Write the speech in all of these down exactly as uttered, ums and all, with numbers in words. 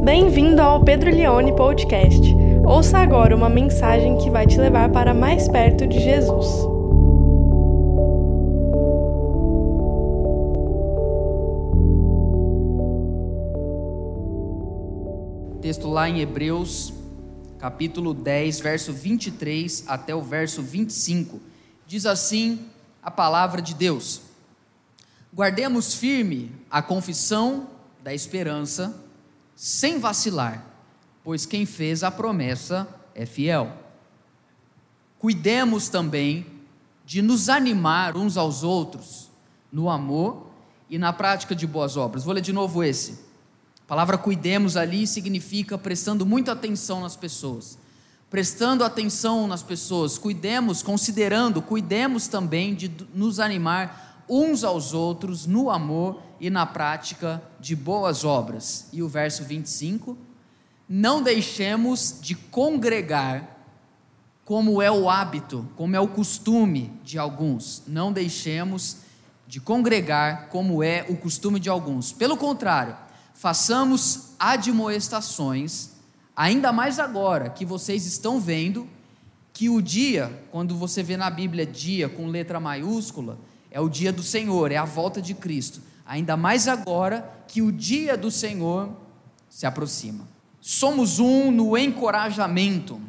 Bem-vindo ao Pedro Leone Podcast. Ouça agora uma mensagem que vai te levar para mais perto de Jesus. Texto lá em Hebreus, capítulo dez, verso vinte e três até o verso vinte e cinco. Diz assim a palavra de Deus: guardemos firme a confissão da esperança, sem vacilar, pois quem fez a promessa é fiel. Cuidemos também de nos animar uns aos outros no amor e na prática de boas obras. Vou ler de novo esse. A palavra cuidemos ali significa prestando muita atenção nas pessoas. Prestando atenção nas pessoas, cuidemos, considerando, cuidemos também de nos animar uns aos outros no amor e na prática de boas obras. E o verso vinte e cinco: não deixemos de congregar, como é o hábito, como é o costume de alguns. Não deixemos de congregar, como é o costume de alguns. Pelo contrário, façamos admoestações, ainda mais agora que vocês estão vendo que o dia, quando você vê na Bíblia dia com letra maiúscula, é o dia do Senhor, é a volta de Cristo. Ainda mais agora que o dia do Senhor se aproxima. Somos um no encorajamento.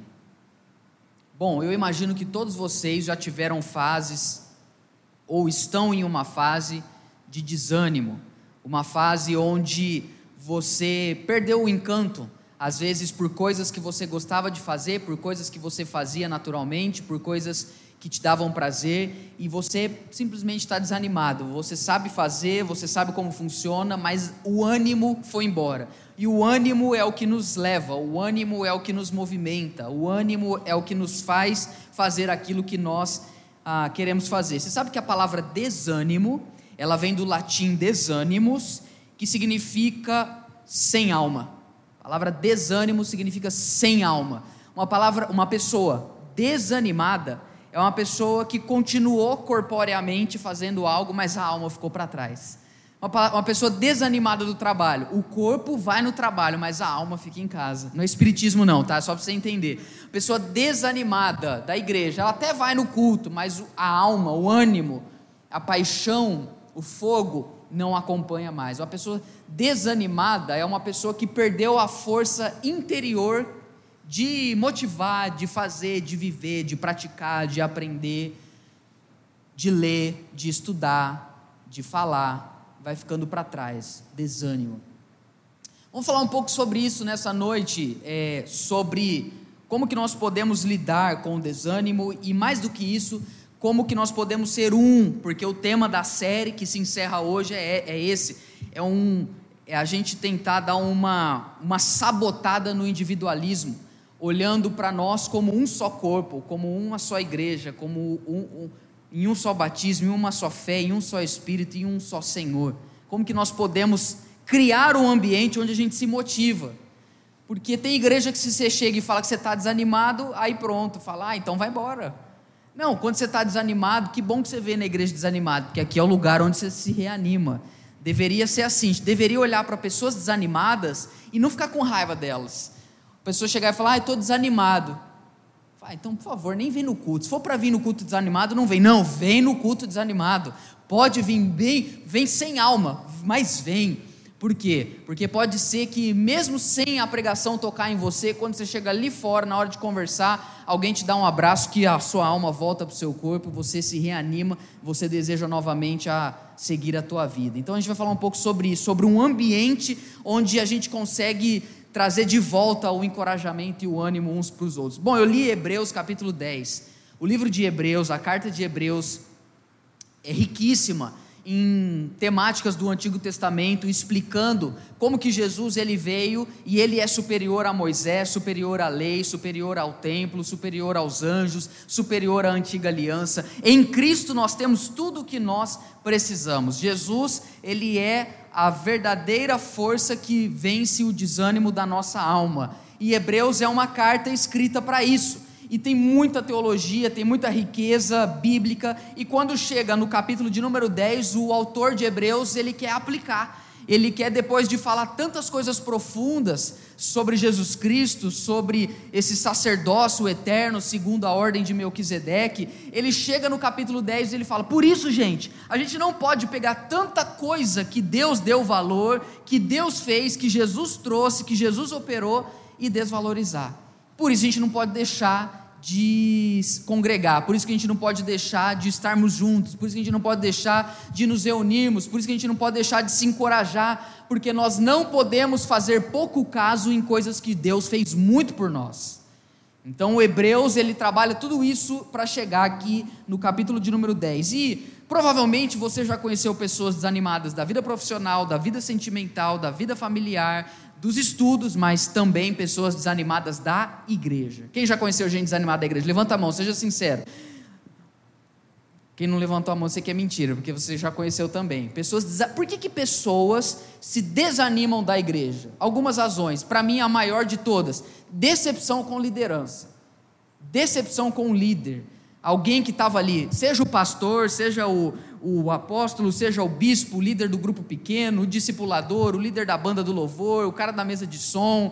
Bom, eu imagino que todos vocês já tiveram fases, ou estão em uma fase de desânimo, uma fase onde você perdeu o encanto, às vezes por coisas que você gostava de fazer, por coisas que você fazia naturalmente, por coisas que te davam prazer, e você simplesmente está desanimado. Você sabe fazer, você sabe como funciona, mas o ânimo foi embora. E o ânimo é o que nos leva, o ânimo é o que nos movimenta, o ânimo é o que nos faz fazer aquilo que nós ah, queremos fazer. Você sabe que a palavra desânimo, ela vem do latim desânimus, que significa sem alma. A palavra desânimo significa sem alma. Uma palavra, uma pessoa desanimada é uma pessoa que continuou corporeamente fazendo algo, mas a alma ficou para trás. Uma, uma pessoa desanimada do trabalho, o corpo vai no trabalho, mas a alma fica em casa. Não é espiritismo não, tá? Só para você entender. Pessoa desanimada da igreja, ela até vai no culto, mas a alma, o ânimo, a paixão, o fogo não acompanha mais. Uma pessoa desanimada é uma pessoa que perdeu a força interior de motivar, de fazer, de viver, de praticar, de aprender, de ler, de estudar, de falar. Vai ficando para trás, desânimo. Vamos falar um pouco sobre isso nessa noite, é, sobre como que nós podemos lidar com o desânimo e, mais do que isso, como que nós podemos ser um, porque o tema da série que se encerra hoje é, é esse, é, um, é a gente tentar dar uma, uma sabotada no individualismo, olhando para nós como um só corpo, como uma só igreja, como um, um, em um só batismo, em uma só fé, em um só Espírito, em um só Senhor. Como que nós podemos criar um ambiente onde a gente se motiva? Porque tem igreja que se você chega e fala que você está desanimado, aí pronto, fala, ah, então vai embora. Não, quando você está desanimado, que bom que você vê na igreja desanimado, porque aqui é o lugar onde você se reanima. Deveria ser assim, a gente deveria olhar para pessoas desanimadas e não ficar com raiva delas. A pessoa chegar e falar, ah, estou desanimado. Ah, então, por favor, nem vem no culto. Se for para vir no culto desanimado, não vem. Não, vem no culto desanimado. Pode vir bem, vem sem alma, mas vem. Por quê? Porque pode ser que mesmo sem a pregação tocar em você, quando você chega ali fora, na hora de conversar, alguém te dá um abraço, que a sua alma volta para o seu corpo, você se reanima, você deseja novamente a seguir a tua vida. Então a gente vai falar um pouco sobre isso, sobre um ambiente onde a gente consegue trazer de volta o encorajamento e o ânimo uns para os outros. Bom, eu li Hebreus capítulo dez, o livro de Hebreus, a carta de Hebreus é riquíssima em temáticas do Antigo Testamento, explicando como que Jesus ele veio e ele é superior a Moisés, superior à lei, superior ao templo, superior aos anjos, superior à antiga aliança. Em Cristo nós temos tudo o que nós precisamos. Jesus, ele é a verdadeira força que vence o desânimo da nossa alma, e Hebreus é uma carta escrita para isso. E tem muita teologia, tem muita riqueza bíblica, e quando chega no capítulo de número dez, o autor de Hebreus, ele quer aplicar, ele quer, depois de falar tantas coisas profundas sobre Jesus Cristo, sobre esse sacerdócio eterno segundo a ordem de Melquisedeque, ele chega no capítulo dez e ele fala: por isso, gente, a gente não pode pegar tanta coisa que Deus deu valor, que Deus fez, que Jesus trouxe, que Jesus operou, e desvalorizar. Por isso a gente não pode deixar de congregar, por isso que a gente não pode deixar de estarmos juntos, por isso que a gente não pode deixar de nos reunirmos, por isso que a gente não pode deixar de se encorajar, porque nós não podemos fazer pouco caso em coisas que Deus fez muito por nós. Então o Hebreus, ele trabalha tudo isso para chegar aqui no capítulo de número dez, e provavelmente você já conheceu pessoas desanimadas da vida profissional, da vida sentimental, da vida familiar, dos estudos, mas também pessoas desanimadas da igreja. Quem já conheceu gente desanimada da igreja? Levanta a mão, seja sincero. Quem não levantou a mão, você quer mentira, porque você já conheceu também. Pessoas desa... Por que que pessoas se desanimam da igreja? Algumas razões. Para mim, a maior de todas: decepção com liderança, decepção com o líder. Alguém que estava ali, seja o pastor, seja o, o apóstolo, seja o bispo, o líder do grupo pequeno, o discipulador, o líder da banda do louvor, o cara da mesa de som,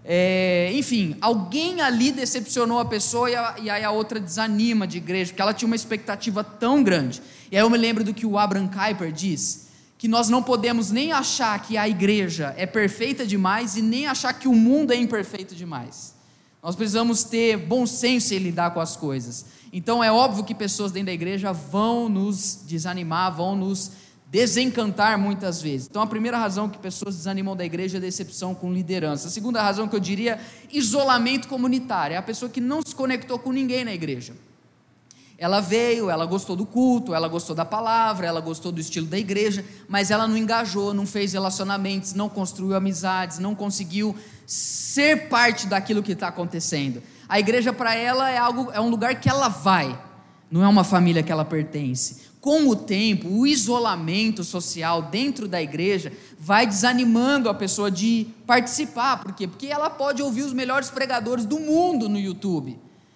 é, enfim, alguém ali decepcionou a pessoa, e, a, e aí a outra desanima de igreja, porque ela tinha uma expectativa tão grande. E aí eu me lembro do que o Abraham Kuyper diz, que nós não podemos nem achar que a igreja é perfeita demais, e nem achar que o mundo é imperfeito demais. Nós precisamos ter bom senso em lidar com as coisas. Então é óbvio que pessoas dentro da igreja vão nos desanimar, vão nos desencantar muitas vezes. Então a primeira razão que pessoas desanimam da igreja é decepção com liderança. A segunda razão que eu diria, isolamento comunitário. É a pessoa que não se conectou com ninguém na igreja. Ela veio, ela gostou do culto, ela gostou da palavra, ela gostou do estilo da igreja, mas ela não engajou, não fez relacionamentos, não construiu amizades, não conseguiu ser parte daquilo que está acontecendo. A igreja para ela é, algo, é um lugar que ela vai, não é uma família que ela pertence. Com o tempo, o isolamento social dentro da igreja vai desanimando a pessoa de participar. Por quê? Porque ela pode ouvir os melhores pregadores do mundo no YouTube.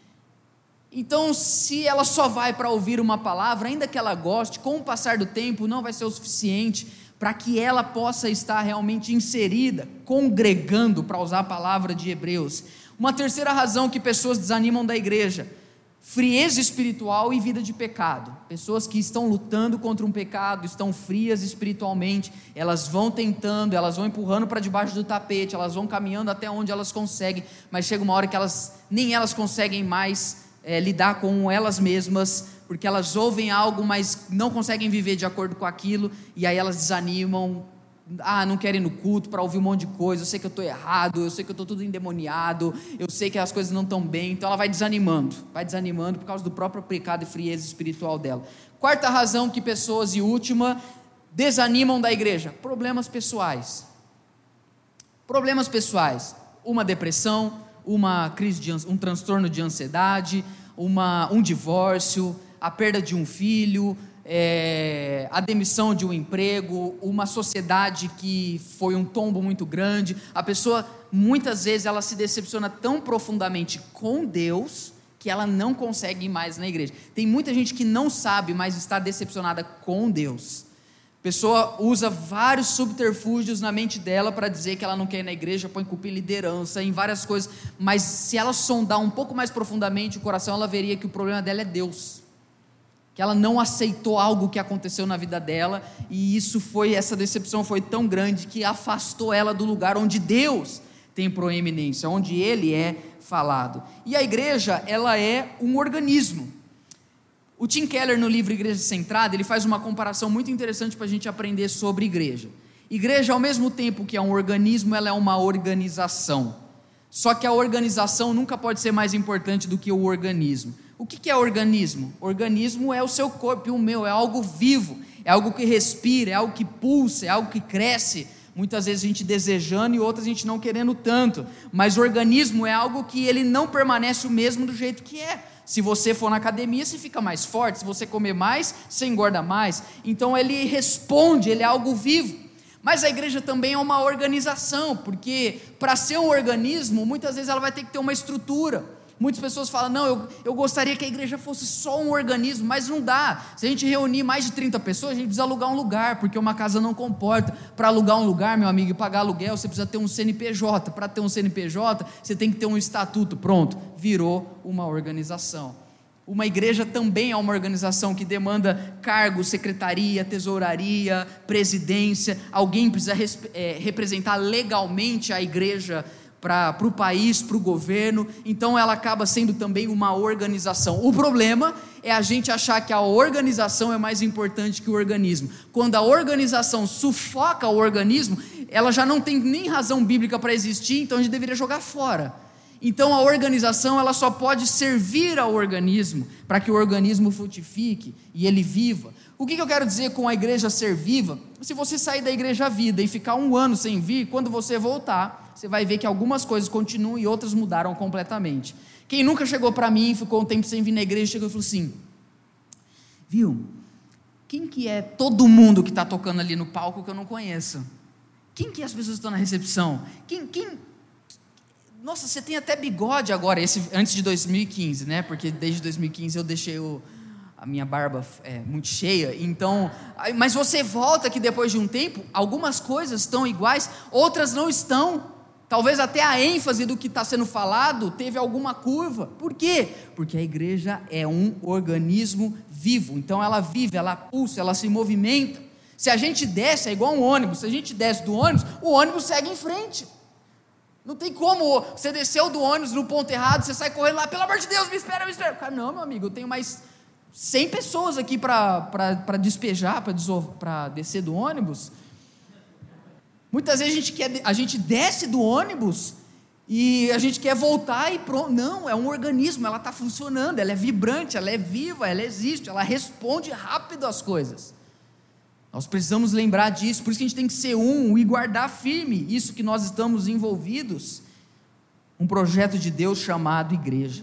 Então, se ela só vai para ouvir uma palavra, ainda que ela goste, com o passar do tempo não vai ser o suficiente para que ela possa estar realmente inserida, congregando, para usar a palavra de Hebreus. Uma terceira razão que pessoas desanimam da igreja: frieza espiritual e vida de pecado. Pessoas que estão lutando contra um pecado, estão frias espiritualmente, elas vão tentando, elas vão empurrando para debaixo do tapete, elas vão caminhando até onde elas conseguem, mas chega uma hora que elas, nem elas conseguem mais É, lidar com elas mesmas, porque elas ouvem algo, mas não conseguem viver de acordo com aquilo, e aí elas desanimam. Ah, não quero ir no culto para ouvir um monte de coisa, eu sei que eu estou errado, eu sei que eu estou tudo endemoniado, eu sei que as coisas não estão bem, então ela vai desanimando, vai desanimando por causa do próprio pecado e frieza espiritual dela. Quarta razão que pessoas, e última, desanimam da igreja: problemas pessoais. Problemas pessoais, uma depressão, uma crise de, um transtorno de ansiedade, uma, um divórcio, a perda de um filho, é, a demissão de um emprego, uma sociedade que foi um tombo muito grande. A pessoa, muitas vezes, ela se decepciona tão profundamente com Deus, que ela não consegue ir mais na igreja. Tem muita gente que não sabe, mas está decepcionada com Deus. A pessoa usa vários subterfúgios na mente dela para dizer que ela não quer ir na igreja, põe culpa em liderança, em várias coisas, mas se ela sondar um pouco mais profundamente o coração, ela veria que o problema dela é Deus, que ela não aceitou algo que aconteceu na vida dela, e isso foi, essa decepção foi tão grande que afastou ela do lugar onde Deus tem proeminência, onde Ele é falado. E a igreja, ela é um organismo. O Tim Keller, no livro Igreja Centrada, ele faz uma comparação muito interessante para a gente aprender sobre igreja. Igreja, ao mesmo tempo que é um organismo, ela é uma organização. Só que a organização nunca pode ser mais importante do que o organismo. O que é organismo? Organismo é o seu corpo e o meu, é algo vivo, é algo que respira, é algo que pulsa, é algo que cresce. Muitas vezes a gente desejando e outras a gente não querendo tanto. Mas o organismo é algo que ele não permanece o mesmo do jeito que é. Se você for na academia, você fica mais forte. Se você comer mais, você engorda mais. Então ele responde, ele é algo vivo. Mas a igreja também é uma organização, porque para ser um organismo, muitas vezes ela vai ter que ter uma estrutura. Muitas pessoas falam, não, eu, eu gostaria que a igreja fosse só um organismo, mas não dá. Se a gente reunir mais de trinta pessoas, a gente precisa alugar um lugar, porque uma casa não comporta. Para alugar um lugar, meu amigo, e pagar aluguel, você precisa ter um C N P J. Para ter um C N P J, você tem que ter um estatuto. Pronto, virou uma organização. Uma igreja também é uma organização que demanda cargo, secretaria, tesouraria, presidência. Alguém precisa res, é, representar legalmente a igreja para o país, para o governo. Então ela acaba sendo também uma organização. O problema é a gente achar que a organização é mais importante que o organismo. Quando a organização sufoca o organismo, ela já não tem nem razão bíblica para existir, então a gente deveria jogar fora. Então a organização ela só pode servir ao organismo, para que o organismo frutifique e ele viva. O que eu quero dizer com a igreja ser viva? Se você sair da igreja vida e ficar um ano sem vir, quando você voltar, você vai ver que algumas coisas continuam e outras mudaram completamente. Quem nunca chegou para mim, ficou um tempo sem vir na igreja, chegou e falou assim, viu, quem que é todo mundo que está tocando ali no palco que eu não conheço? Quem que é as pessoas que estão na recepção? Quem... quem... Nossa, você tem até bigode agora, esse, antes de dois mil e quinze, né? Porque desde dois mil e quinze eu deixei o, a minha barba é, muito cheia, então, mas você volta que depois de um tempo, algumas coisas estão iguais, outras não estão, talvez até a ênfase do que está sendo falado teve alguma curva. Por quê? Porque a igreja é um organismo vivo, então ela vive, ela pulsa, ela se movimenta. Se a gente desce, é igual um ônibus, se a gente desce do ônibus, o ônibus segue em frente. Não tem como, você desceu do ônibus no ponto errado, você sai correndo lá, pelo amor de Deus, me espera, me espera. Cara, não, meu amigo, eu tenho mais cem pessoas aqui para despejar, para descer do ônibus. Muitas vezes a gente, quer, a gente desce do ônibus e a gente quer voltar e pronto. Não, é um organismo, ela está funcionando, ela é vibrante, ela é viva, ela existe, ela responde rápido às coisas. Nós precisamos lembrar disso, por isso que a gente tem que ser um e guardar firme isso que nós estamos envolvidos, um projeto de Deus chamado igreja.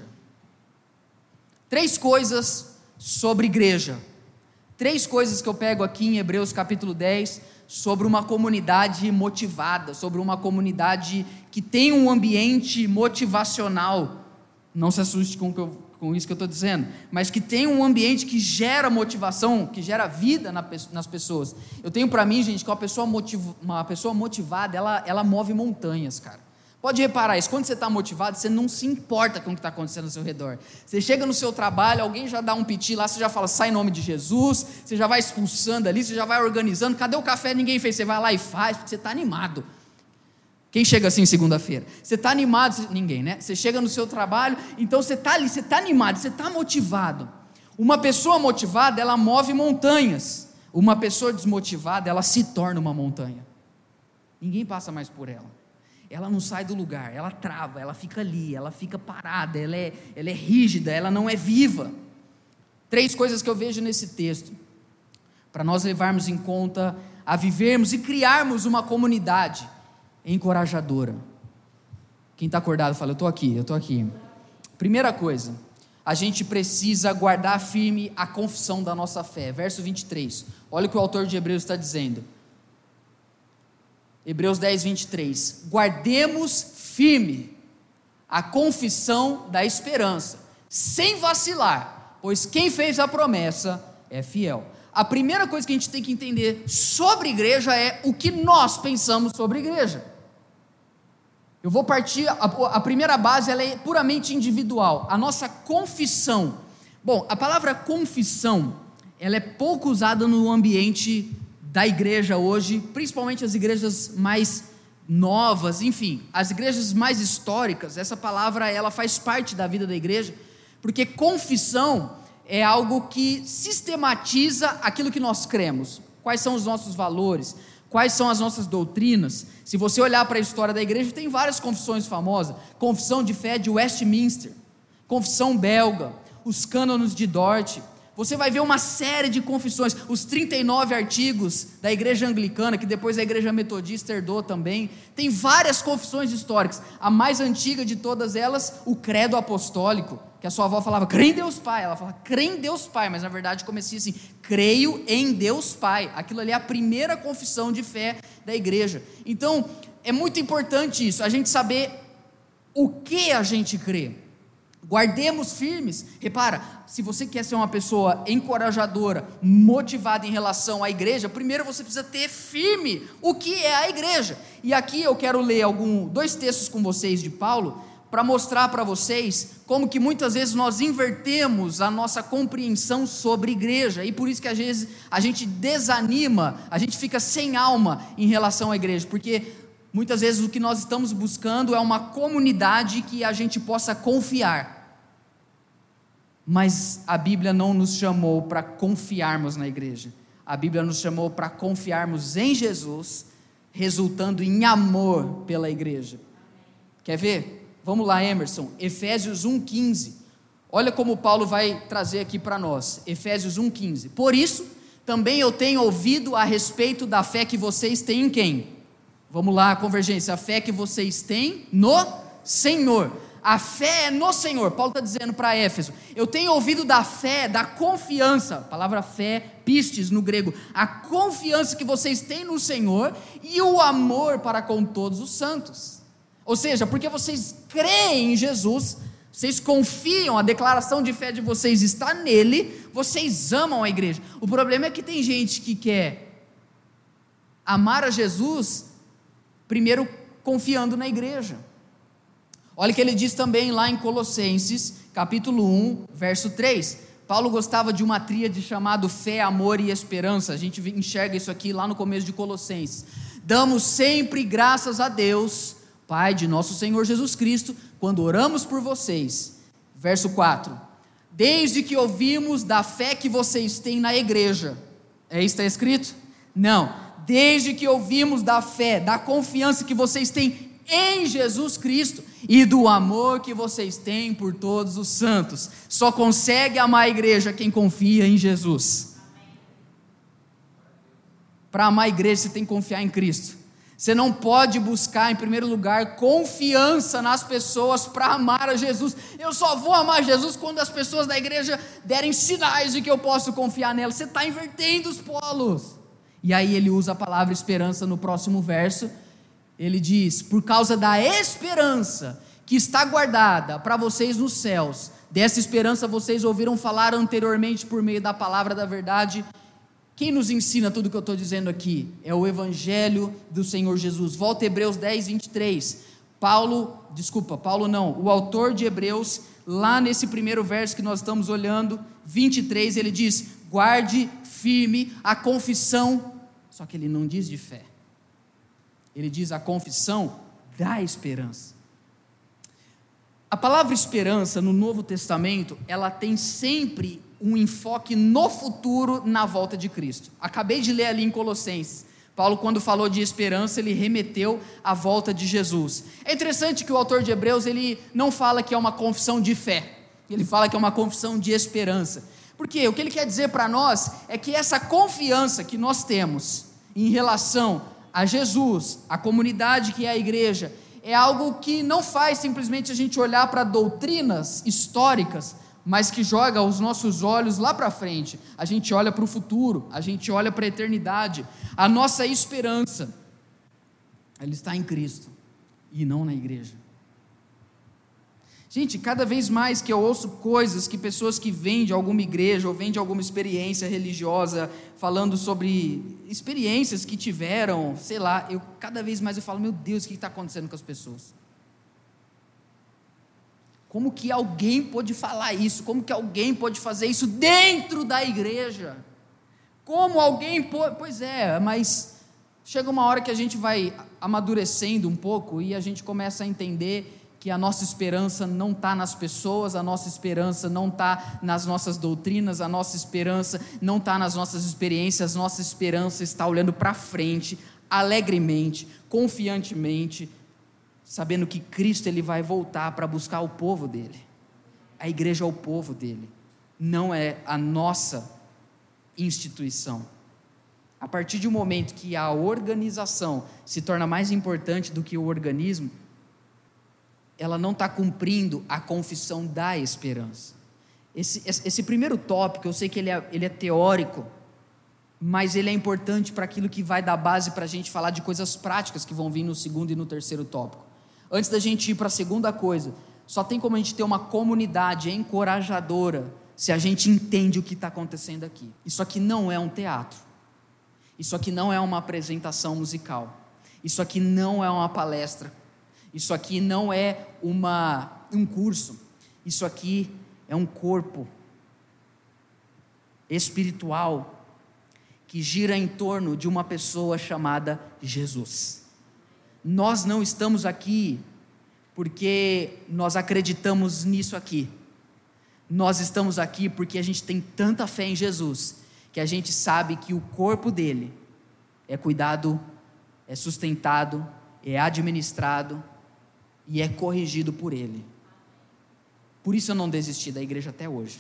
Três coisas sobre igreja, três coisas que eu pego aqui em Hebreus capítulo dez, sobre uma comunidade motivada, sobre uma comunidade que tem um ambiente motivacional. Não se assuste com o que eu com isso que eu estou dizendo, mas que tem um ambiente que gera motivação, que gera vida na, nas pessoas. Eu tenho para mim, gente, que uma pessoa, motiv, uma pessoa motivada, ela, ela move montanhas, cara. Pode reparar isso, quando você está motivado, você não se importa com o que está acontecendo ao seu redor. Você chega no seu trabalho, alguém já dá um piti lá, você já fala, sai em nome de Jesus, você já vai expulsando ali, você já vai organizando, cadê o café? Ninguém fez, você vai lá e faz, porque você está animado. Quem chega assim segunda-feira? Você está animado? Você... Ninguém, né? Você chega no seu trabalho, então você está ali, você está animado, você está motivado. Uma pessoa motivada, ela move montanhas. Uma pessoa desmotivada, ela se torna uma montanha. Ninguém passa mais por ela. Ela não sai do lugar, ela trava, ela fica ali, ela fica parada, ela é, ela é rígida, ela não é viva. Três coisas que eu vejo nesse texto, para nós levarmos em conta a vivermos e criarmos uma comunidade encorajadora. Quem está acordado fala, eu estou aqui, eu estou aqui. Primeira coisa, a gente precisa guardar firme a confissão da nossa fé. Verso vinte e três, olha o que o autor de Hebreus está dizendo. Hebreus dez, vinte e três, guardemos firme a confissão da esperança, sem vacilar, pois quem fez a promessa é fiel. A primeira coisa que a gente tem que entender sobre igreja é o que nós pensamos sobre igreja. Eu vou partir, a, a primeira base ela é puramente individual, a nossa confissão. Bom, a palavra confissão, ela é pouco usada no ambiente da igreja hoje, principalmente as igrejas mais novas, enfim, as igrejas mais históricas. Essa palavra, ela faz parte da vida da igreja, porque confissão é algo que sistematiza aquilo que nós cremos, quais são os nossos valores, quais são as nossas doutrinas. Se você olhar para a história da igreja, tem várias confissões famosas, confissão de fé de Westminster, confissão belga, os cânones de Dort. Você vai ver uma série de confissões, os trinta e nove artigos da igreja anglicana, que depois a igreja metodista herdou também. Tem várias confissões históricas, a mais antiga de todas elas, o credo apostólico, que a sua avó falava, crê em Deus Pai, ela falava, crê em Deus Pai, mas na verdade comecia assim, creio em Deus Pai. Aquilo ali é a primeira confissão de fé da igreja. Então, é muito importante isso, a gente saber o que a gente crê. Guardemos firmes. Repara, se você quer ser uma pessoa encorajadora, motivada em relação à igreja, primeiro você precisa ter firme o que é a igreja. E aqui eu quero ler algum, dois textos com vocês de Paulo, para mostrar para vocês como que muitas vezes nós invertemos a nossa compreensão sobre igreja, e por isso que às vezes a gente desanima, a gente fica sem alma em relação à igreja, porque muitas vezes o que nós estamos buscando é uma comunidade que a gente possa confiar, mas a Bíblia não nos chamou para confiarmos na igreja, a Bíblia nos chamou para confiarmos em Jesus, resultando em amor pela igreja. Quer ver? Vamos lá, Emerson, Efésios um, quinze, olha como Paulo vai trazer aqui para nós, Efésios um, quinze, por isso, também eu tenho ouvido a respeito da fé que vocês têm em quem? Vamos lá, Convergência, a fé que vocês têm no Senhor, a fé é no Senhor. Paulo está dizendo para Éfeso, eu tenho ouvido da fé, da confiança, a palavra fé, pistes no grego, a confiança que vocês têm no Senhor e o amor para com todos os santos. Ou seja, porque vocês creem em Jesus, vocês confiam, a declaração de fé de vocês está nele, vocês amam a igreja. O problema é que tem gente que quer amar a Jesus, primeiro confiando na igreja. Olha o que ele diz também lá em Colossenses, capítulo um, verso três. Paulo gostava de uma tríade chamada fé, amor e esperança. A gente enxerga isso aqui lá no começo de Colossenses. Damos sempre graças a Deus, Pai de nosso Senhor Jesus Cristo, quando oramos por vocês. Verso quatro, desde que ouvimos da fé que vocês têm na igreja. É isso que está escrito? Não, desde que ouvimos da fé, da confiança que vocês têm em Jesus Cristo e do amor que vocês têm por todos os santos. Só consegue amar a igreja quem confia em Jesus. Para amar a igreja você tem que confiar em Cristo. Você não pode buscar em primeiro lugar confiança nas pessoas para amar a Jesus. Eu só vou amar Jesus quando as pessoas da igreja derem sinais de que eu posso confiar nelas. Você está invertendo os polos. E aí ele usa a palavra esperança no próximo verso. Ele diz, por causa da esperança que está guardada para vocês nos céus, dessa esperança vocês ouviram falar anteriormente por meio da palavra da verdade. Quem nos ensina tudo o que eu estou dizendo aqui? É o Evangelho do Senhor Jesus. Volta a Hebreus dez, vinte e três. Paulo, desculpa, Paulo não, o autor de Hebreus, lá nesse primeiro verso que nós estamos olhando, vinte e três, ele diz, guarde firme a confissão, só que ele não diz de fé, ele diz a confissão da esperança. A palavra esperança no Novo Testamento, ela tem sempre um enfoque no futuro, na volta de Cristo. Acabei de ler ali em Colossenses, Paulo, quando falou de esperança, ele remeteu à volta de Jesus. É interessante que o autor de Hebreus, ele não fala que é uma confissão de fé, ele fala que é uma confissão de esperança. Por quê? O que ele quer dizer para nós é que essa confiança que nós temos em relação a Jesus, a comunidade que é a igreja, é algo que não faz simplesmente a gente olhar para doutrinas históricas, mas que joga os nossos olhos lá para frente. A gente olha para o futuro, a gente olha para a eternidade. A nossa esperança, ela está em Cristo e não na igreja. Gente, cada vez mais que eu ouço coisas que pessoas que vêm de alguma igreja ou vêm de alguma experiência religiosa, falando sobre experiências que tiveram, sei lá, eu, cada vez mais eu falo, meu Deus, o que está acontecendo com as pessoas? Como que alguém pode falar isso? Como que alguém pode fazer isso dentro da igreja? Como alguém pode... Pois é, mas chega uma hora que a gente vai amadurecendo um pouco e a gente começa a entender que a nossa esperança não está nas pessoas, a nossa esperança não está nas nossas doutrinas, a nossa esperança não está nas nossas experiências, a nossa esperança está olhando para frente, alegremente, confiantemente, sabendo que Cristo ele vai voltar para buscar o povo dele. A igreja é o povo dele, não é a nossa instituição. A partir de um momento que a organização se torna mais importante do que o organismo, ela não está cumprindo a confissão da esperança. Esse, esse primeiro tópico, eu sei que ele é, ele é teórico, mas ele é importante para aquilo que vai dar base para a gente falar de coisas práticas que vão vir no segundo e no terceiro tópico. Antes da gente ir para a segunda coisa, Só tem como a gente ter uma comunidade encorajadora se a gente entende o que está acontecendo aqui. Isso aqui não é um teatro. Isso aqui não é uma apresentação musical. Isso aqui não é uma palestra. Isso aqui não é uma, um curso. Isso aqui é um corpo espiritual que gira em torno de uma pessoa chamada Jesus. Nós não estamos aqui porque nós acreditamos nisso aqui. Nós estamos aqui porque a gente tem tanta fé em Jesus, que a gente sabe que o corpo dele é cuidado, é sustentado, é administrado e é corrigido por ele. Por isso eu não desisti da igreja até hoje.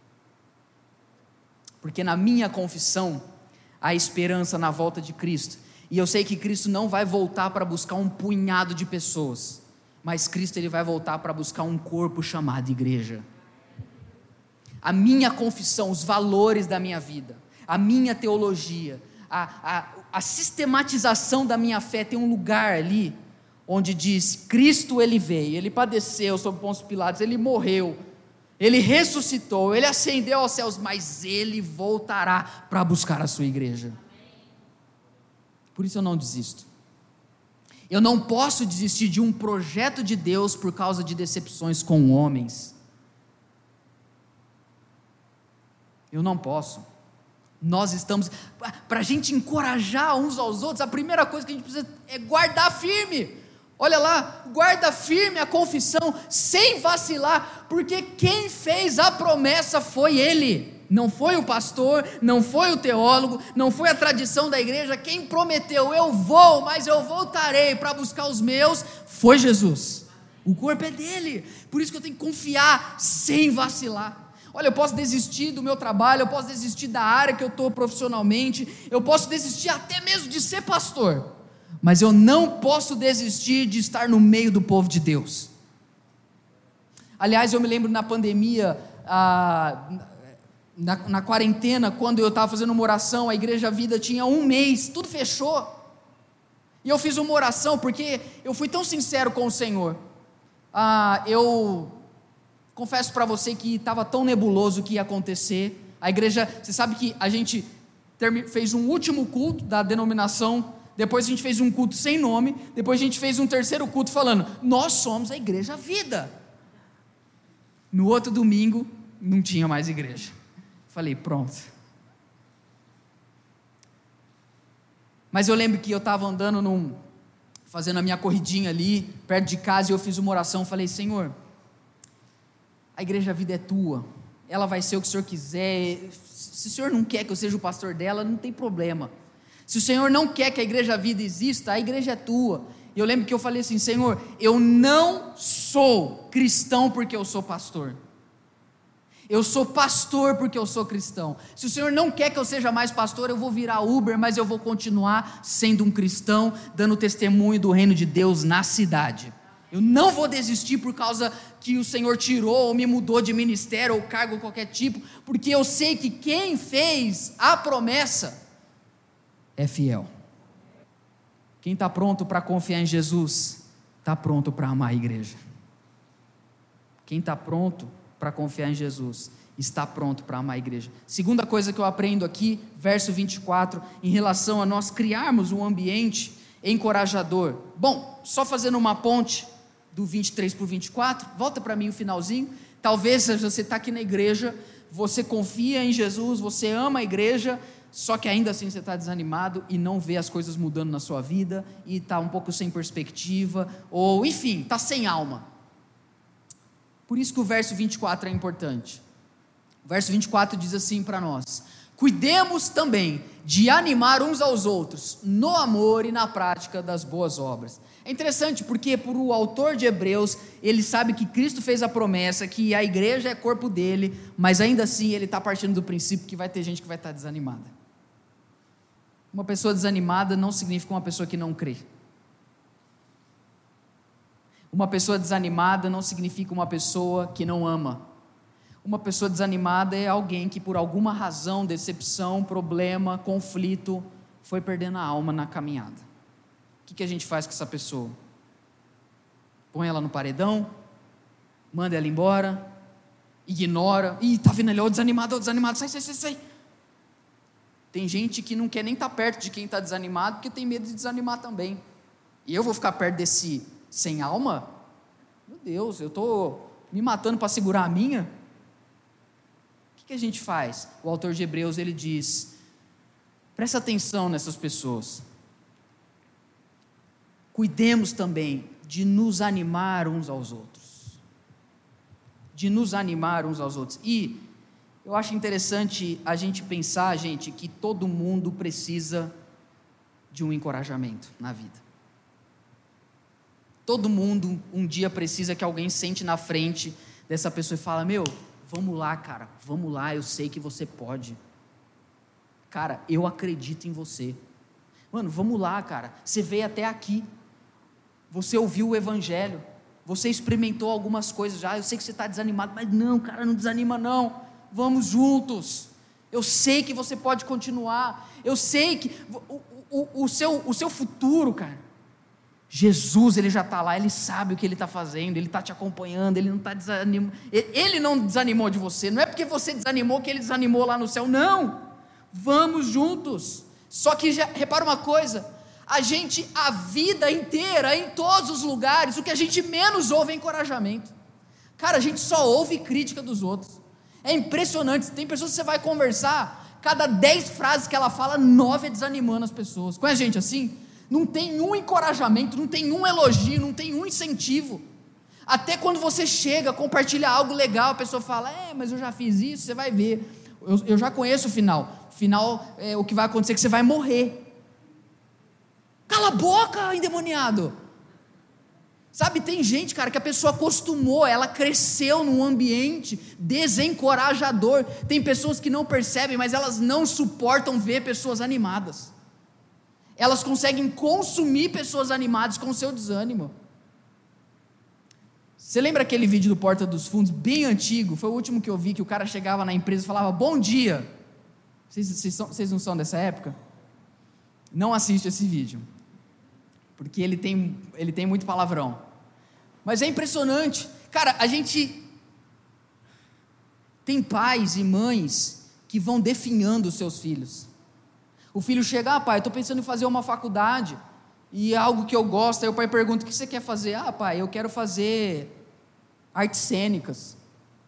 Porque na minha confissão há esperança na volta de Cristo. E eu sei que Cristo não vai voltar para buscar um punhado de pessoas, mas Cristo ele vai voltar para buscar um corpo chamado igreja. A minha confissão, os valores da minha vida, a minha teologia, a, a, a sistematização da minha fé tem um lugar ali onde diz: Cristo ele veio, ele padeceu sob Pôncio Pilatos, ele morreu, ele ressuscitou, ele ascendeu aos céus, mas ele voltará para buscar a sua igreja. Por isso eu não desisto. Eu não posso desistir de um projeto de Deus por causa de decepções com homens. Eu não posso. Nós estamos, para a gente encorajar uns aos outros, a primeira coisa que a gente precisa é guardar firme. Olha lá, guarda firme a confissão, sem vacilar, porque quem fez a promessa foi Ele. Não foi o pastor, não foi o teólogo, não foi a tradição da igreja. Quem prometeu, eu vou, mas eu voltarei para buscar os meus, foi Jesus. O corpo é dele, por isso que eu tenho que confiar sem vacilar. Olha, eu posso desistir do meu trabalho, eu posso desistir da área que eu estou profissionalmente, eu posso desistir até mesmo de ser pastor, mas eu não posso desistir de estar no meio do povo de Deus. Aliás, eu me lembro na pandemia, ah, na, na quarentena, quando eu estava fazendo uma oração, a Igreja Vida tinha um mês, tudo fechou, e eu fiz uma oração, porque eu fui tão sincero com o Senhor. Ah, eu confesso para você que estava tão nebuloso o que ia acontecer. A igreja, você sabe que a gente fez um último culto da denominação, depois a gente fez um culto sem nome, depois a gente fez um terceiro culto falando: nós somos a Igreja Vida. No outro domingo não tinha mais igreja. Falei, pronto. Mas eu lembro que eu estava andando num, fazendo a minha corridinha ali perto de casa, e eu fiz uma oração, falei: Senhor, a Igreja Vida é tua, ela vai ser o que o Senhor quiser. Se o Senhor não quer que eu seja o pastor dela, não tem problema. Se o Senhor não quer que a Igreja Vida exista, a igreja é tua. E eu lembro que eu falei assim: Senhor, eu não sou cristão porque eu sou pastor, eu sou pastor porque eu sou cristão. Se o Senhor não quer que eu seja mais pastor, eu vou virar Uber, mas eu vou continuar sendo um cristão, dando testemunho do reino de Deus na cidade. Eu não vou desistir por causa que o Senhor tirou ou me mudou de ministério ou cargo qualquer tipo, porque eu sei que quem fez a promessa é fiel. Quem está pronto para confiar em Jesus, está pronto para amar a igreja. Quem está pronto para confiar em Jesus, está pronto para amar a igreja. Segunda coisa que eu aprendo aqui, verso vinte e quatro, em relação a nós criarmos um ambiente encorajador. Bom, só fazendo uma ponte do vinte e três para o vinte e quatro, volta para mim o finalzinho. Talvez você está aqui na igreja, você confia em Jesus, você ama a igreja, só que ainda assim você está desanimado e não vê as coisas mudando na sua vida, e está um pouco sem perspectiva, ou enfim, está sem alma. Por isso que o verso vinte e quatro é importante. O verso vinte e quatro diz assim para nós: cuidemos também de animar uns aos outros no amor e na prática das boas obras. É interessante porque por o autor de Hebreus, ele sabe que Cristo fez a promessa, que a igreja é corpo dele, mas ainda assim ele está partindo do princípio que vai ter gente que vai estar desanimada. Uma pessoa desanimada não significa uma pessoa que não crê. Uma pessoa desanimada não significa uma pessoa que não ama. Uma pessoa desanimada é alguém que por alguma razão, decepção, problema, conflito, foi perdendo a alma na caminhada. O que, que a gente faz com essa pessoa? Põe ela no paredão? manda ela embora, ignora, ih, tá vendo ali, ó, desanimado, ó, desanimado, sai, sai, sai, sai. Tem gente que não quer nem estar perto de quem está desanimado, porque tem medo de desanimar também. E eu vou ficar perto desse sem alma? Meu Deus, eu estou me matando para segurar a minha? O que, que a gente faz? O autor de Hebreus, ele diz, presta atenção nessas pessoas. Cuidemos também de nos animar uns aos outros. De nos animar uns aos outros. E eu acho interessante a gente pensar, gente, que todo mundo precisa de um encorajamento na vida. Todo mundo um dia precisa que alguém sente na frente dessa pessoa e fala, meu, vamos lá, cara, vamos lá, eu sei que você pode. Cara, eu acredito em você. Mano, vamos lá, cara, você veio até aqui. Você ouviu o evangelho, você experimentou algumas coisas já, eu sei que você está desanimado, mas não, cara, não desanima não. Vamos juntos, eu sei que você pode continuar, eu sei que o, o, o, seu, o seu futuro, cara, Jesus, ele já está lá, ele sabe o que ele está fazendo, ele está te acompanhando, ele não está desanimando, ele não desanimou de você, não é porque você desanimou que ele desanimou lá no céu, não, vamos juntos. Só que já, repara uma coisa, a gente, a vida inteira, em todos os lugares, o que a gente menos ouve é encorajamento. Cara, a gente só ouve crítica dos outros. É impressionante, tem pessoas que você vai conversar, cada dez frases que ela fala, nove é desanimando as pessoas. Conhece gente assim? Não tem um encorajamento, não tem um elogio, não tem um incentivo. Até quando você chega, compartilha algo legal, a pessoa fala, é, mas eu já fiz isso, você vai ver, eu, eu já conheço o final, o final, é, o que vai acontecer é que você vai morrer. Cala a boca, endemoniado. Sabe, tem gente, cara, que a pessoa acostumou, ela cresceu num ambiente desencorajador. Tem pessoas que não percebem, mas elas não suportam ver pessoas animadas. Elas conseguem consumir pessoas animadas com o seu desânimo. Você lembra aquele vídeo do Porta dos Fundos, bem antigo? Foi o último que eu vi, que o cara chegava na empresa e falava, bom dia. Vocês, vocês, são, vocês não são dessa época? Não assiste esse vídeo, porque ele tem, ele tem muito palavrão, mas é impressionante, cara, a gente tem pais e mães que vão definhando os seus filhos. O filho chega, ah pai, eu estou pensando em fazer uma faculdade, e é algo que eu gosto, aí o pai pergunta, o que você quer fazer? Ah pai, eu quero fazer artes cênicas.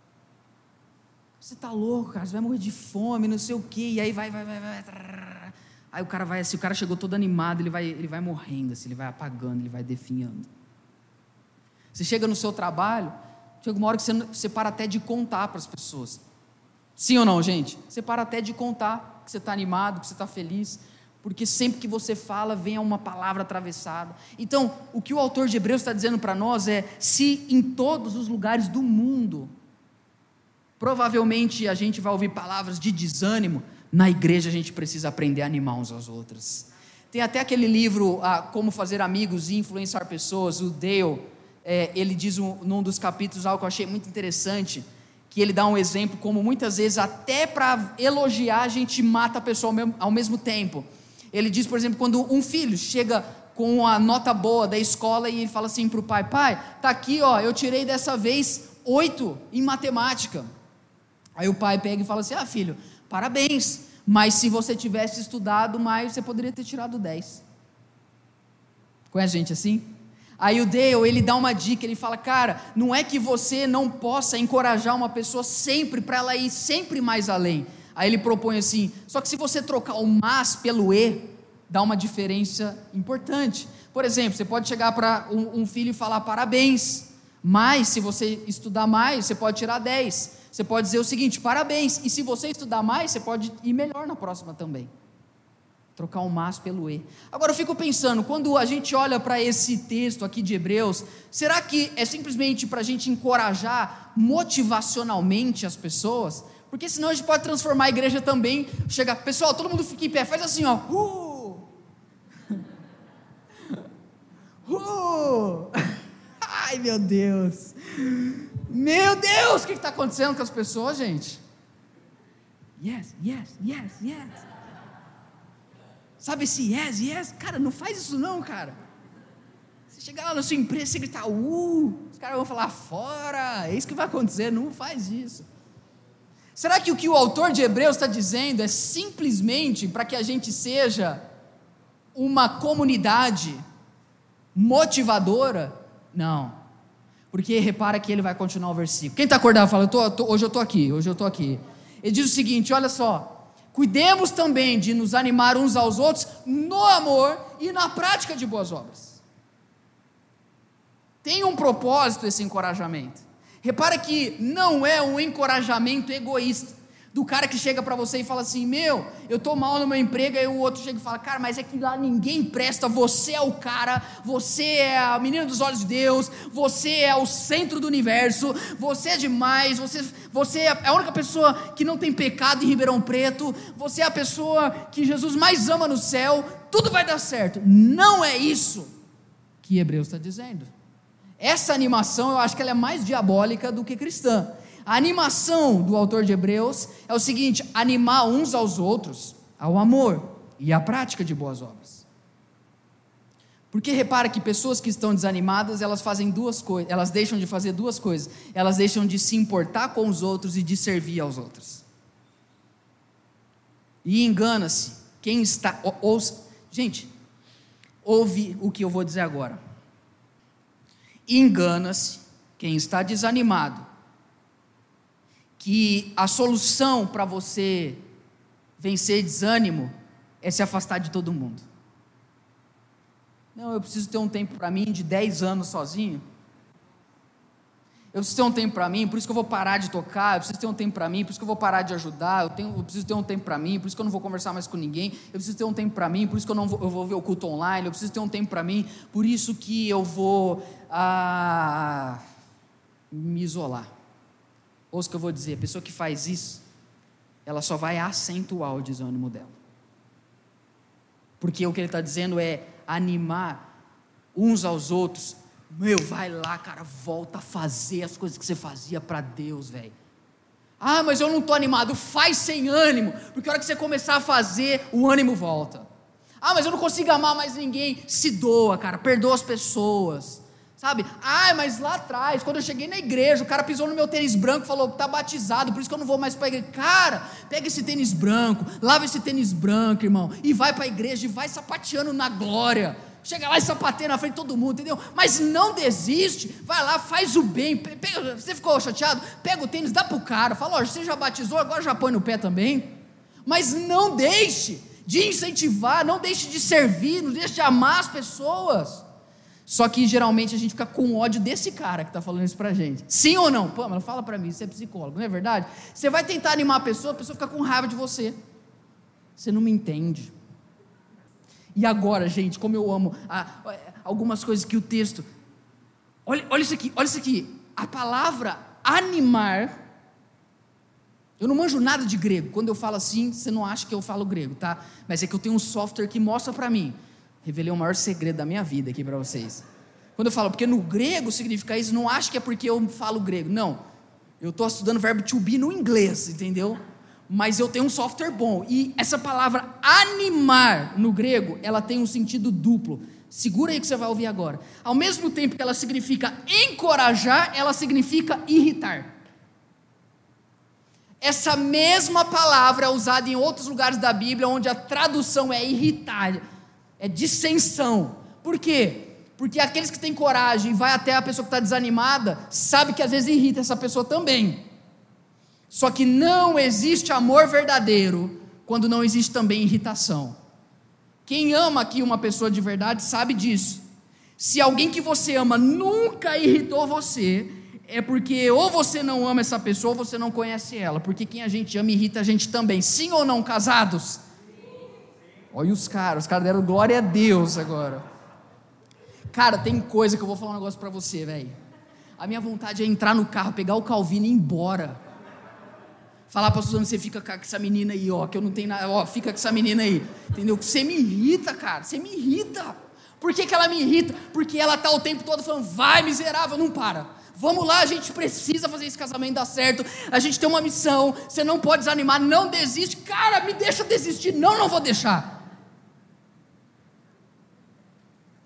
Você está louco, cara, você vai morrer de fome, não sei o quê, e aí vai, vai, vai, vai, aí o cara vai assim, o cara chegou todo animado, ele vai, ele vai morrendo assim, ele vai apagando, ele vai definhando. Você chega no seu trabalho, chega uma hora que você, você para até de contar para as pessoas, sim ou não, gente? Você para até de contar que você está animado, que você está feliz, porque sempre que você fala, vem uma palavra atravessada. Então, o que o autor de Hebreus está dizendo para nós é, se em todos os lugares do mundo, provavelmente a gente vai ouvir palavras de desânimo, na igreja a gente precisa aprender a animar uns aos outros. Tem até aquele livro, ah, Como Fazer Amigos e Influenciar Pessoas, o Dale, é, ele diz um, num dos capítulos algo que eu achei muito interessante, que ele dá um exemplo como muitas vezes até para elogiar a gente mata a pessoa ao mesmo, ao mesmo tempo. Ele diz, por exemplo, quando um filho chega com a nota boa da escola e ele fala assim para o pai, pai, tá aqui ó, eu tirei dessa vez oito em matemática. Aí o pai pega e fala assim, ah filho, parabéns, mas se você tivesse estudado mais, você poderia ter tirado dez. Conhece gente assim? Aí o Dale, ele dá uma dica, ele fala, cara, não é que você não possa encorajar uma pessoa sempre, para ela ir sempre mais além. Aí ele propõe assim, só que se você trocar o mas pelo e, dá uma diferença importante. Por exemplo, você pode chegar para um, um filho e falar, parabéns, mas se você estudar mais, você pode tirar dez. Você pode dizer o seguinte, parabéns, e se você estudar mais, você pode ir melhor na próxima também. Trocar um mas pelo e. Agora eu fico pensando, quando a gente olha para esse texto aqui de Hebreus, será que é simplesmente para a gente encorajar motivacionalmente as pessoas? Porque senão a gente pode transformar a igreja também, chega, pessoal, todo mundo fica em pé, faz assim ó, uh! uh! ai meu Deus, meu Deus, o que está acontecendo com as pessoas, gente? Yes, yes, yes, yes. Sabe esse yes, yes? Cara, não faz isso não, cara. Você Chegar lá na sua empresa e gritar, uh, os caras vão falar, fora, é isso que vai acontecer, não faz isso. Será que o que o autor de Hebreus está dizendo é simplesmente para que a gente seja uma comunidade motivadora? Não, porque repara que ele vai continuar o versículo. Quem está acordado fala, eu tô, tô, hoje eu estou aqui, hoje eu estou aqui. Ele diz o seguinte, olha só, cuidemos também de nos animar uns aos outros no amor e na prática de boas obras. Tem um propósito esse encorajamento. Repara que não é um encorajamento egoísta, do cara que chega para você e fala assim, meu, eu estou mal no meu emprego, aí o outro chega e fala, cara, mas é que lá ninguém presta, você é o cara, você é a menina dos olhos de Deus, você é o centro do universo, você é demais, você, você é a única pessoa que não tem pecado em Ribeirão Preto, você é a pessoa que Jesus mais ama no céu, tudo vai dar certo. Não é isso que Hebreus está dizendo. Essa animação, eu acho que ela é mais diabólica do que cristã. A animação do autor de Hebreus é o seguinte, animar uns aos outros ao amor e à prática de boas obras. Porque repara que pessoas que estão desanimadas, elas fazem duas coisas, elas deixam de fazer duas coisas, elas deixam de se importar com os outros e de servir aos outros. E engana-se quem está, ou, ou, gente, ouve o que eu vou dizer agora. Engana-se quem está desanimado, que a solução para você vencer desânimo é se afastar de todo mundo. Não, eu preciso ter um tempo para mim de dez anos sozinho. Eu preciso ter um tempo para mim, por isso que eu vou parar de tocar. Eu preciso ter um tempo para mim, por isso que eu vou parar de ajudar. Eu, tenho, eu preciso ter um tempo para mim, por isso que eu não vou conversar mais com ninguém. Eu preciso ter um tempo para mim, por isso que eu, não vou, eu vou ver o culto online. Eu preciso ter um tempo para mim, por isso que eu vou ah, me isolar. Ouça o que eu vou dizer, a pessoa que faz isso, ela só vai acentuar o desânimo dela. Porque o que ele está dizendo é animar uns aos outros. Meu, vai lá, cara, volta a fazer as coisas que você fazia para Deus, velho. Ah, mas eu não estou animado. Faz sem ânimo, porque a hora que você começar a fazer, o ânimo volta. Ah, mas eu não consigo amar mais ninguém. Se doa, cara, perdoa as pessoas, sabe? Ah, mas lá atrás, quando eu cheguei na igreja, o cara pisou no meu tênis branco, falou que está batizado, por isso que eu não vou mais para a igreja. Cara, pega esse tênis branco, lava esse tênis branco, irmão, e vai para a igreja, e vai sapateando na glória. Chega lá e sapateia na frente de todo mundo, entendeu? Mas não desiste, vai lá, faz o bem. Pega, você ficou chateado? Pega o tênis, dá pro cara, fala, ó, você já batizou, agora já põe no pé também. Mas não deixe de incentivar, não deixe de servir, não deixe de amar as pessoas. Só que geralmente a gente fica com ódio desse cara que está falando isso pra gente. Sim ou não? Pô, mas fala pra mim, você é psicólogo, não é verdade? Você vai tentar animar a pessoa, a pessoa fica com raiva de você. Você não me entende. E agora, gente, como eu amo ah, algumas coisas que o texto... Olha, olha isso aqui, olha isso aqui. A palavra animar... Eu não manjo nada de grego. Quando eu falo assim, você não acha que eu falo grego, tá? Mas é que eu tenho um software que mostra para mim. Revelei o maior segredo da minha vida aqui para vocês. Quando eu falo, porque no grego significa isso, não acho que é porque eu falo grego. Não. Eu estou estudando o verbo to be no inglês, entendeu? Mas eu tenho um software bom, e essa palavra animar no grego, ela tem um sentido duplo. Segura aí que você vai ouvir agora. Ao mesmo tempo que ela significa encorajar, ela significa irritar. Essa mesma palavra é usada em outros lugares da Bíblia, onde a tradução é irritar, é dissensão. Por quê? Porque aqueles que têm coragem e vai até a pessoa que está desanimada, sabe que às vezes irrita essa pessoa também. Só que não existe amor verdadeiro quando não existe também irritação. Quem ama aqui uma pessoa de verdade sabe disso. Se alguém que você ama nunca irritou você, é porque ou você não ama essa pessoa ou você não conhece ela. Porque quem a gente ama irrita a gente também. Sim ou não, casados? Olha os caras, os caras deram glória a Deus agora. Cara, tem coisa que eu vou falar um negócio pra você, velho. A minha vontade é entrar no carro, pegar o Calvino e ir embora. Falar para a Suzana, você fica com essa menina aí, ó, que eu não tenho nada, ó, fica com essa menina aí, entendeu? Você me irrita, cara, você me irrita. Por que que ela me irrita? Porque ela está o tempo todo falando, vai miserável, não para. Vamos lá, a gente precisa fazer esse casamento dar certo, a gente tem uma missão, você não pode desanimar, não desiste. Cara, me deixa desistir. Não, não vou deixar.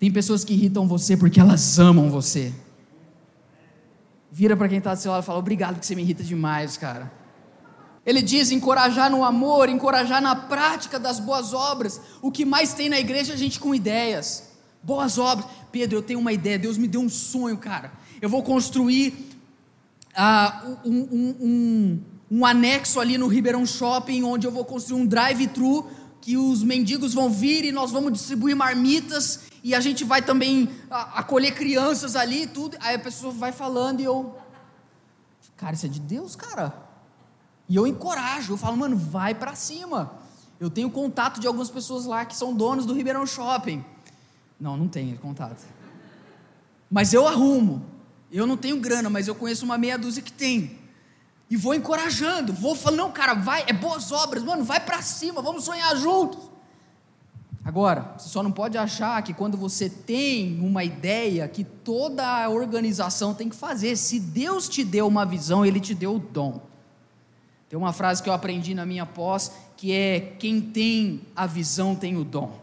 Tem pessoas que irritam você porque elas amam você. Vira para quem está do seu lado e fala: obrigado que você me irrita demais, cara. Ele diz: encorajar no amor, encorajar na prática das boas obras. O que mais tem na igreja é gente com ideias, boas obras. Pedro, eu tenho uma ideia, Deus me deu um sonho, cara. Eu vou construir uh, um, um, um, um anexo ali no Ribeirão Shopping, onde eu vou construir um drive-thru, que os mendigos vão vir e nós vamos distribuir marmitas, e a gente vai também acolher crianças ali e tudo. Aí a pessoa vai falando e eu, cara, isso é de Deus, cara. E eu encorajo, eu falo: mano, vai pra cima. Eu tenho contato de algumas pessoas lá que são donos do Ribeirão Shopping. Não, não tenho contato. Mas eu arrumo. Eu não tenho grana, mas eu conheço uma meia dúzia que tem. E vou encorajando, vou falando: não, cara, vai, é boas obras, mano, vai pra cima, vamos sonhar juntos. Agora, você só não pode achar que quando você tem uma ideia, que toda a organização tem que fazer. Se Deus te deu uma visão, Ele te deu o dom. Tem uma frase que eu aprendi na minha pós, que é: quem tem a visão tem o dom.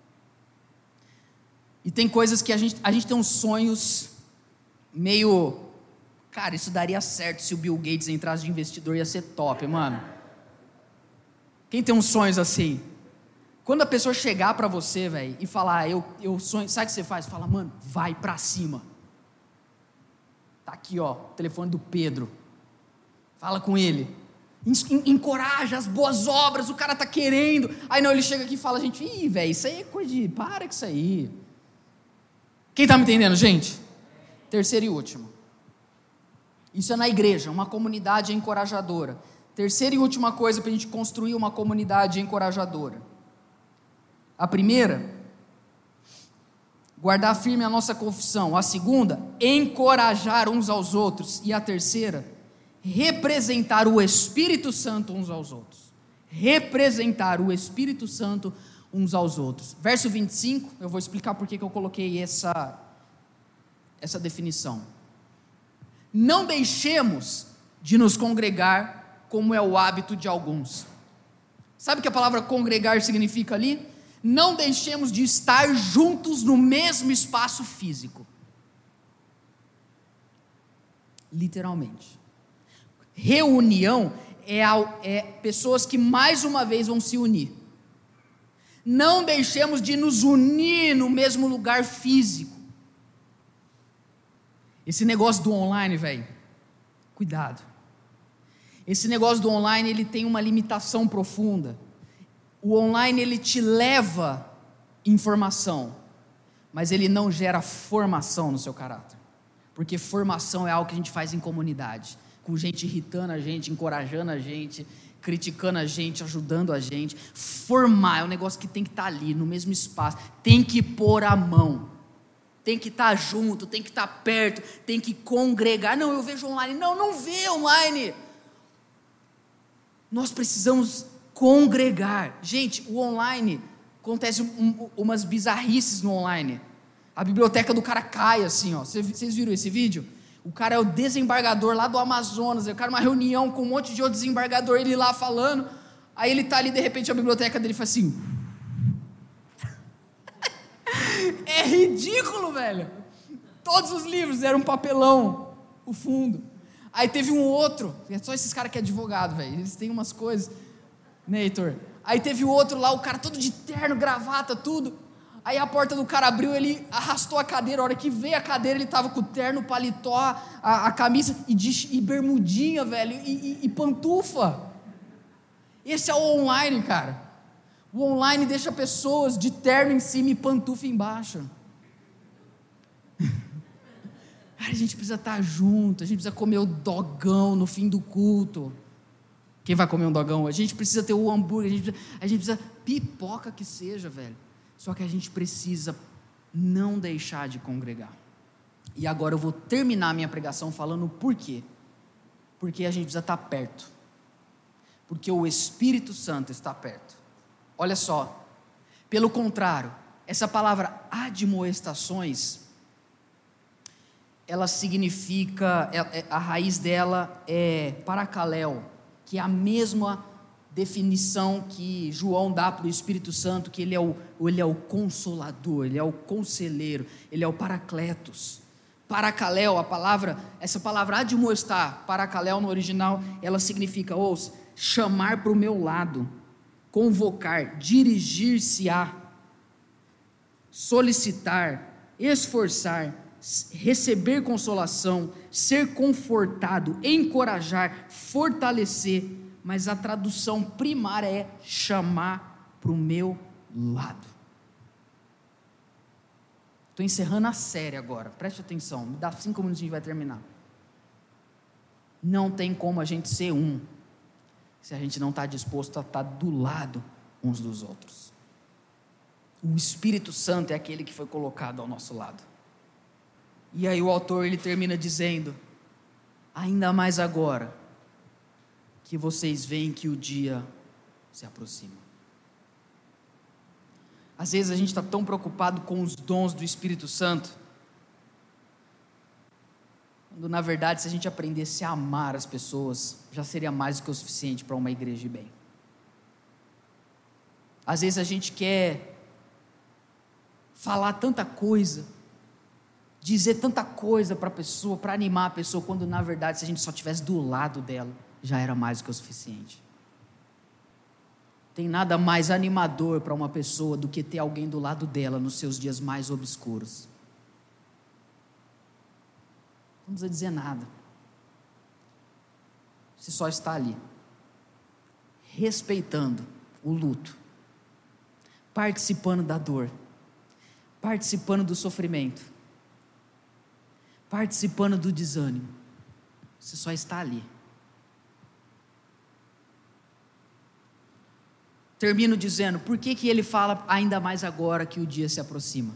E tem coisas que a gente, a gente tem uns sonhos meio, cara, isso daria certo se o Bill Gates entrasse de investidor, ia ser top, mano. Quem tem uns sonhos assim? Quando a pessoa chegar pra você, velho, e falar: eu, eu sonho, sabe o que você faz? Fala: mano, vai pra cima. Tá aqui, ó, o telefone do Pedro. Fala com ele. Encoraja as boas obras, o cara tá querendo. Aí não, ele chega aqui e fala: gente, ih, velho, isso aí é coisa de, para com isso aí. Quem tá me entendendo, gente? Terceiro e último. Isso é na igreja, uma comunidade encorajadora. Terceira e última coisa para a gente construir uma comunidade encorajadora. A primeira, guardar firme a nossa confissão. A segunda, encorajar uns aos outros. E a terceira, representar o Espírito Santo uns aos outros. Representar o Espírito Santo uns aos outros. Verso vinte e cinco, eu vou explicar por que eu coloquei essa, essa definição. Não deixemos de nos congregar, como é o hábito de alguns. Sabe o que a palavra congregar significa ali? Não deixemos de estar juntos no mesmo espaço físico. Literalmente. Reunião é, é pessoas que mais uma vez vão se unir. Não deixemos de nos unir no mesmo lugar físico. Esse negócio do online, velho, cuidado. Esse negócio do online, ele tem uma limitação profunda. O online, ele te leva informação, mas ele não gera formação no seu caráter. Porque formação é algo que a gente faz em comunidade, com gente irritando a gente, encorajando a gente, criticando a gente, ajudando a gente. Formar é um negócio que tem que estar ali, no mesmo espaço, tem que pôr a mão, tem que estar junto, tem que estar perto, tem que congregar. Não, eu vejo online. Não, não vê online. Nós precisamos congregar. Gente, o online, acontece um, umas bizarrices no online. A biblioteca do cara cai assim, ó. Vocês viram esse vídeo? O cara é o desembargador lá do Amazonas. O cara uma reunião com um monte de outro desembargador, ele lá falando. Aí ele tá ali, de repente a biblioteca dele faz assim. É ridículo, velho. Todos os livros eram um papelão, o fundo. Aí teve um outro, é só esses caras que é advogado, velho. Eles têm umas coisas, né, Heitor? Aí teve o outro lá, o cara todo de terno, gravata, tudo. Aí a porta do cara abriu, ele arrastou a cadeira. A hora que veio a cadeira, ele tava com o terno, o paletó, a, a camisa e, de, e bermudinha, velho, e, e, e pantufa. Esse é o online, cara. O online deixa pessoas de terno em cima e pantufa embaixo. Cara, a gente precisa estar junto, a gente precisa comer o dogão no fim do culto. Quem vai comer um dogão? A gente precisa ter o hambúrguer, a gente precisa, a gente precisa pipoca que seja, velho. Só que a gente precisa não deixar de congregar. E agora eu vou terminar a minha pregação falando o porquê. Porque a gente precisa estar perto. Porque o Espírito Santo está perto. Olha só, pelo contrário, essa palavra admoestações, ela significa, a raiz dela é paracaléu, que é a mesma definição que João dá para o Espírito Santo, que ele é, o, ele é o consolador, ele é o conselheiro, ele é o paracletos. Paracaléu, a palavra, essa palavra admoestar, paracaléu no original, ela significa, ouça, chamar para o meu lado, convocar, dirigir-se-á, solicitar, esforçar, receber consolação, ser confortado, encorajar, fortalecer, mas a tradução primária é chamar para o meu lado. Estou encerrando a série agora, preste atenção, me dá cinco minutos e a gente vai terminar. Não tem como a gente ser um, se a gente não está disposto a estar do lado uns dos outros. O Espírito Santo é aquele que foi colocado ao nosso lado. E aí o autor ele termina dizendo, ainda mais agora, que vocês veem que o dia se aproxima. Às vezes a gente está tão preocupado com os dons do Espírito Santo, quando na verdade se a gente aprendesse a amar as pessoas, já seria mais do que o suficiente para uma igreja de bem. Às vezes a gente quer falar tanta coisa, dizer tanta coisa para a pessoa, para animar a pessoa, quando na verdade se a gente só estivesse do lado dela, já era mais do que o suficiente. Tem nada mais animador para uma pessoa do que ter alguém do lado dela nos seus dias mais obscuros. Não precisa dizer nada. Você só está ali, respeitando o luto, participando da dor, participando do sofrimento, participando do desânimo. Você só está ali. Termino dizendo, por que que ele fala ainda mais agora que o dia se aproxima?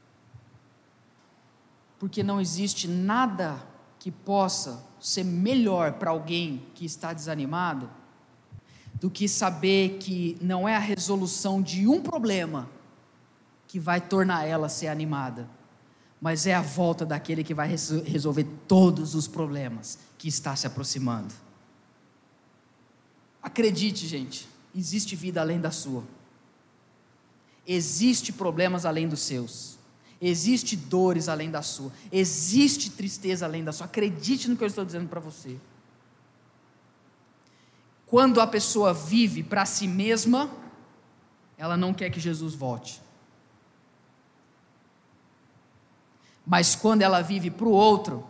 Porque não existe nada que possa ser melhor para alguém que está desanimado do que saber que não é a resolução de um problema que vai tornar ela ser animada, mas é a volta daquele que vai resolver todos os problemas que está se aproximando. Acredite, gente, existe vida além da sua, existe problemas além dos seus, existe dores além da sua, existe tristeza além da sua. Acredite no que eu estou dizendo para você. Quando a pessoa vive para si mesma, ela não quer que Jesus volte. Mas quando ela vive para o outro,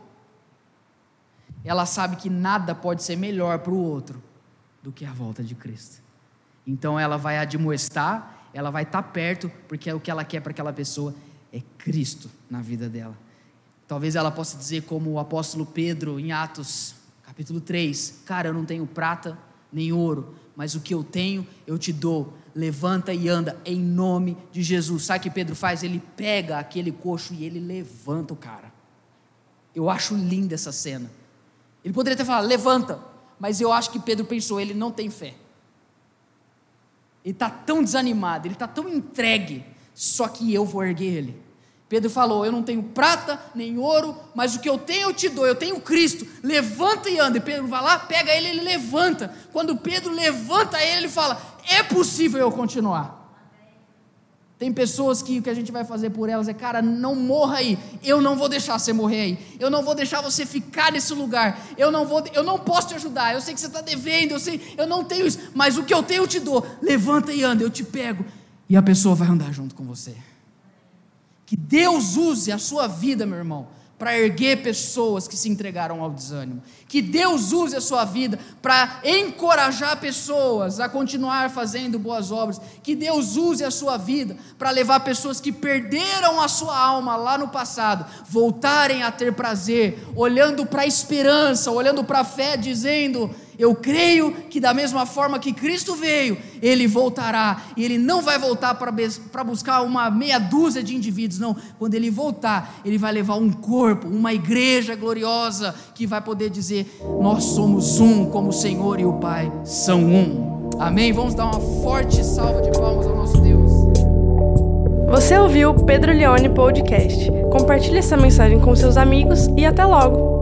ela sabe que nada pode ser melhor para o outro do que a volta de Cristo. Então ela vai admoestar, ela vai estar perto, porque o que ela quer para aquela pessoa é Cristo na vida dela. Talvez ela possa dizer como o apóstolo Pedro em Atos capítulo três, cara, eu não tenho prata nem ouro, mas o que eu tenho eu te dou, levanta e anda em nome de Jesus. Sabe o que Pedro faz? Ele pega aquele coxo e ele levanta o cara. Eu acho linda essa cena. Ele poderia ter falado, levanta, mas eu acho que Pedro pensou, ele não tem fé. Ele está tão desanimado, ele está tão entregue, só que eu vou erguer ele. Pedro falou, eu não tenho prata nem ouro, mas o que eu tenho eu te dou, eu tenho Cristo, levanta e anda. E Pedro vai lá, pega ele, ele levanta. Quando Pedro levanta ele, ele fala, é possível eu continuar. Tem pessoas que o que a gente vai fazer por elas é, cara, não morra aí, eu não vou deixar você morrer aí, eu não vou deixar você ficar nesse lugar, eu não vou, eu não posso te ajudar, eu sei que você está devendo, eu sei, eu não tenho isso, mas o que eu tenho eu te dou, levanta e anda, eu te pego, e a pessoa vai andar junto com você. Que Deus use a sua vida, meu irmão, para erguer pessoas que se entregaram ao desânimo. Que Deus use a sua vida para encorajar pessoas a continuar fazendo boas obras. Que Deus use a sua vida para levar pessoas que perderam a sua alma lá no passado, voltarem a ter prazer, olhando para a esperança, olhando para a fé, dizendo, eu creio que da mesma forma que Cristo veio, Ele voltará, e Ele não vai voltar para buscar uma meia dúzia de indivíduos, não, quando Ele voltar, Ele vai levar um corpo, uma igreja gloriosa, que vai poder dizer, nós somos um, como o Senhor e o Pai são um, amém? Vamos dar uma forte salva de palmas ao nosso Deus. Você ouviu o Pedro Leone Podcast, compartilhe essa mensagem com seus amigos e até logo!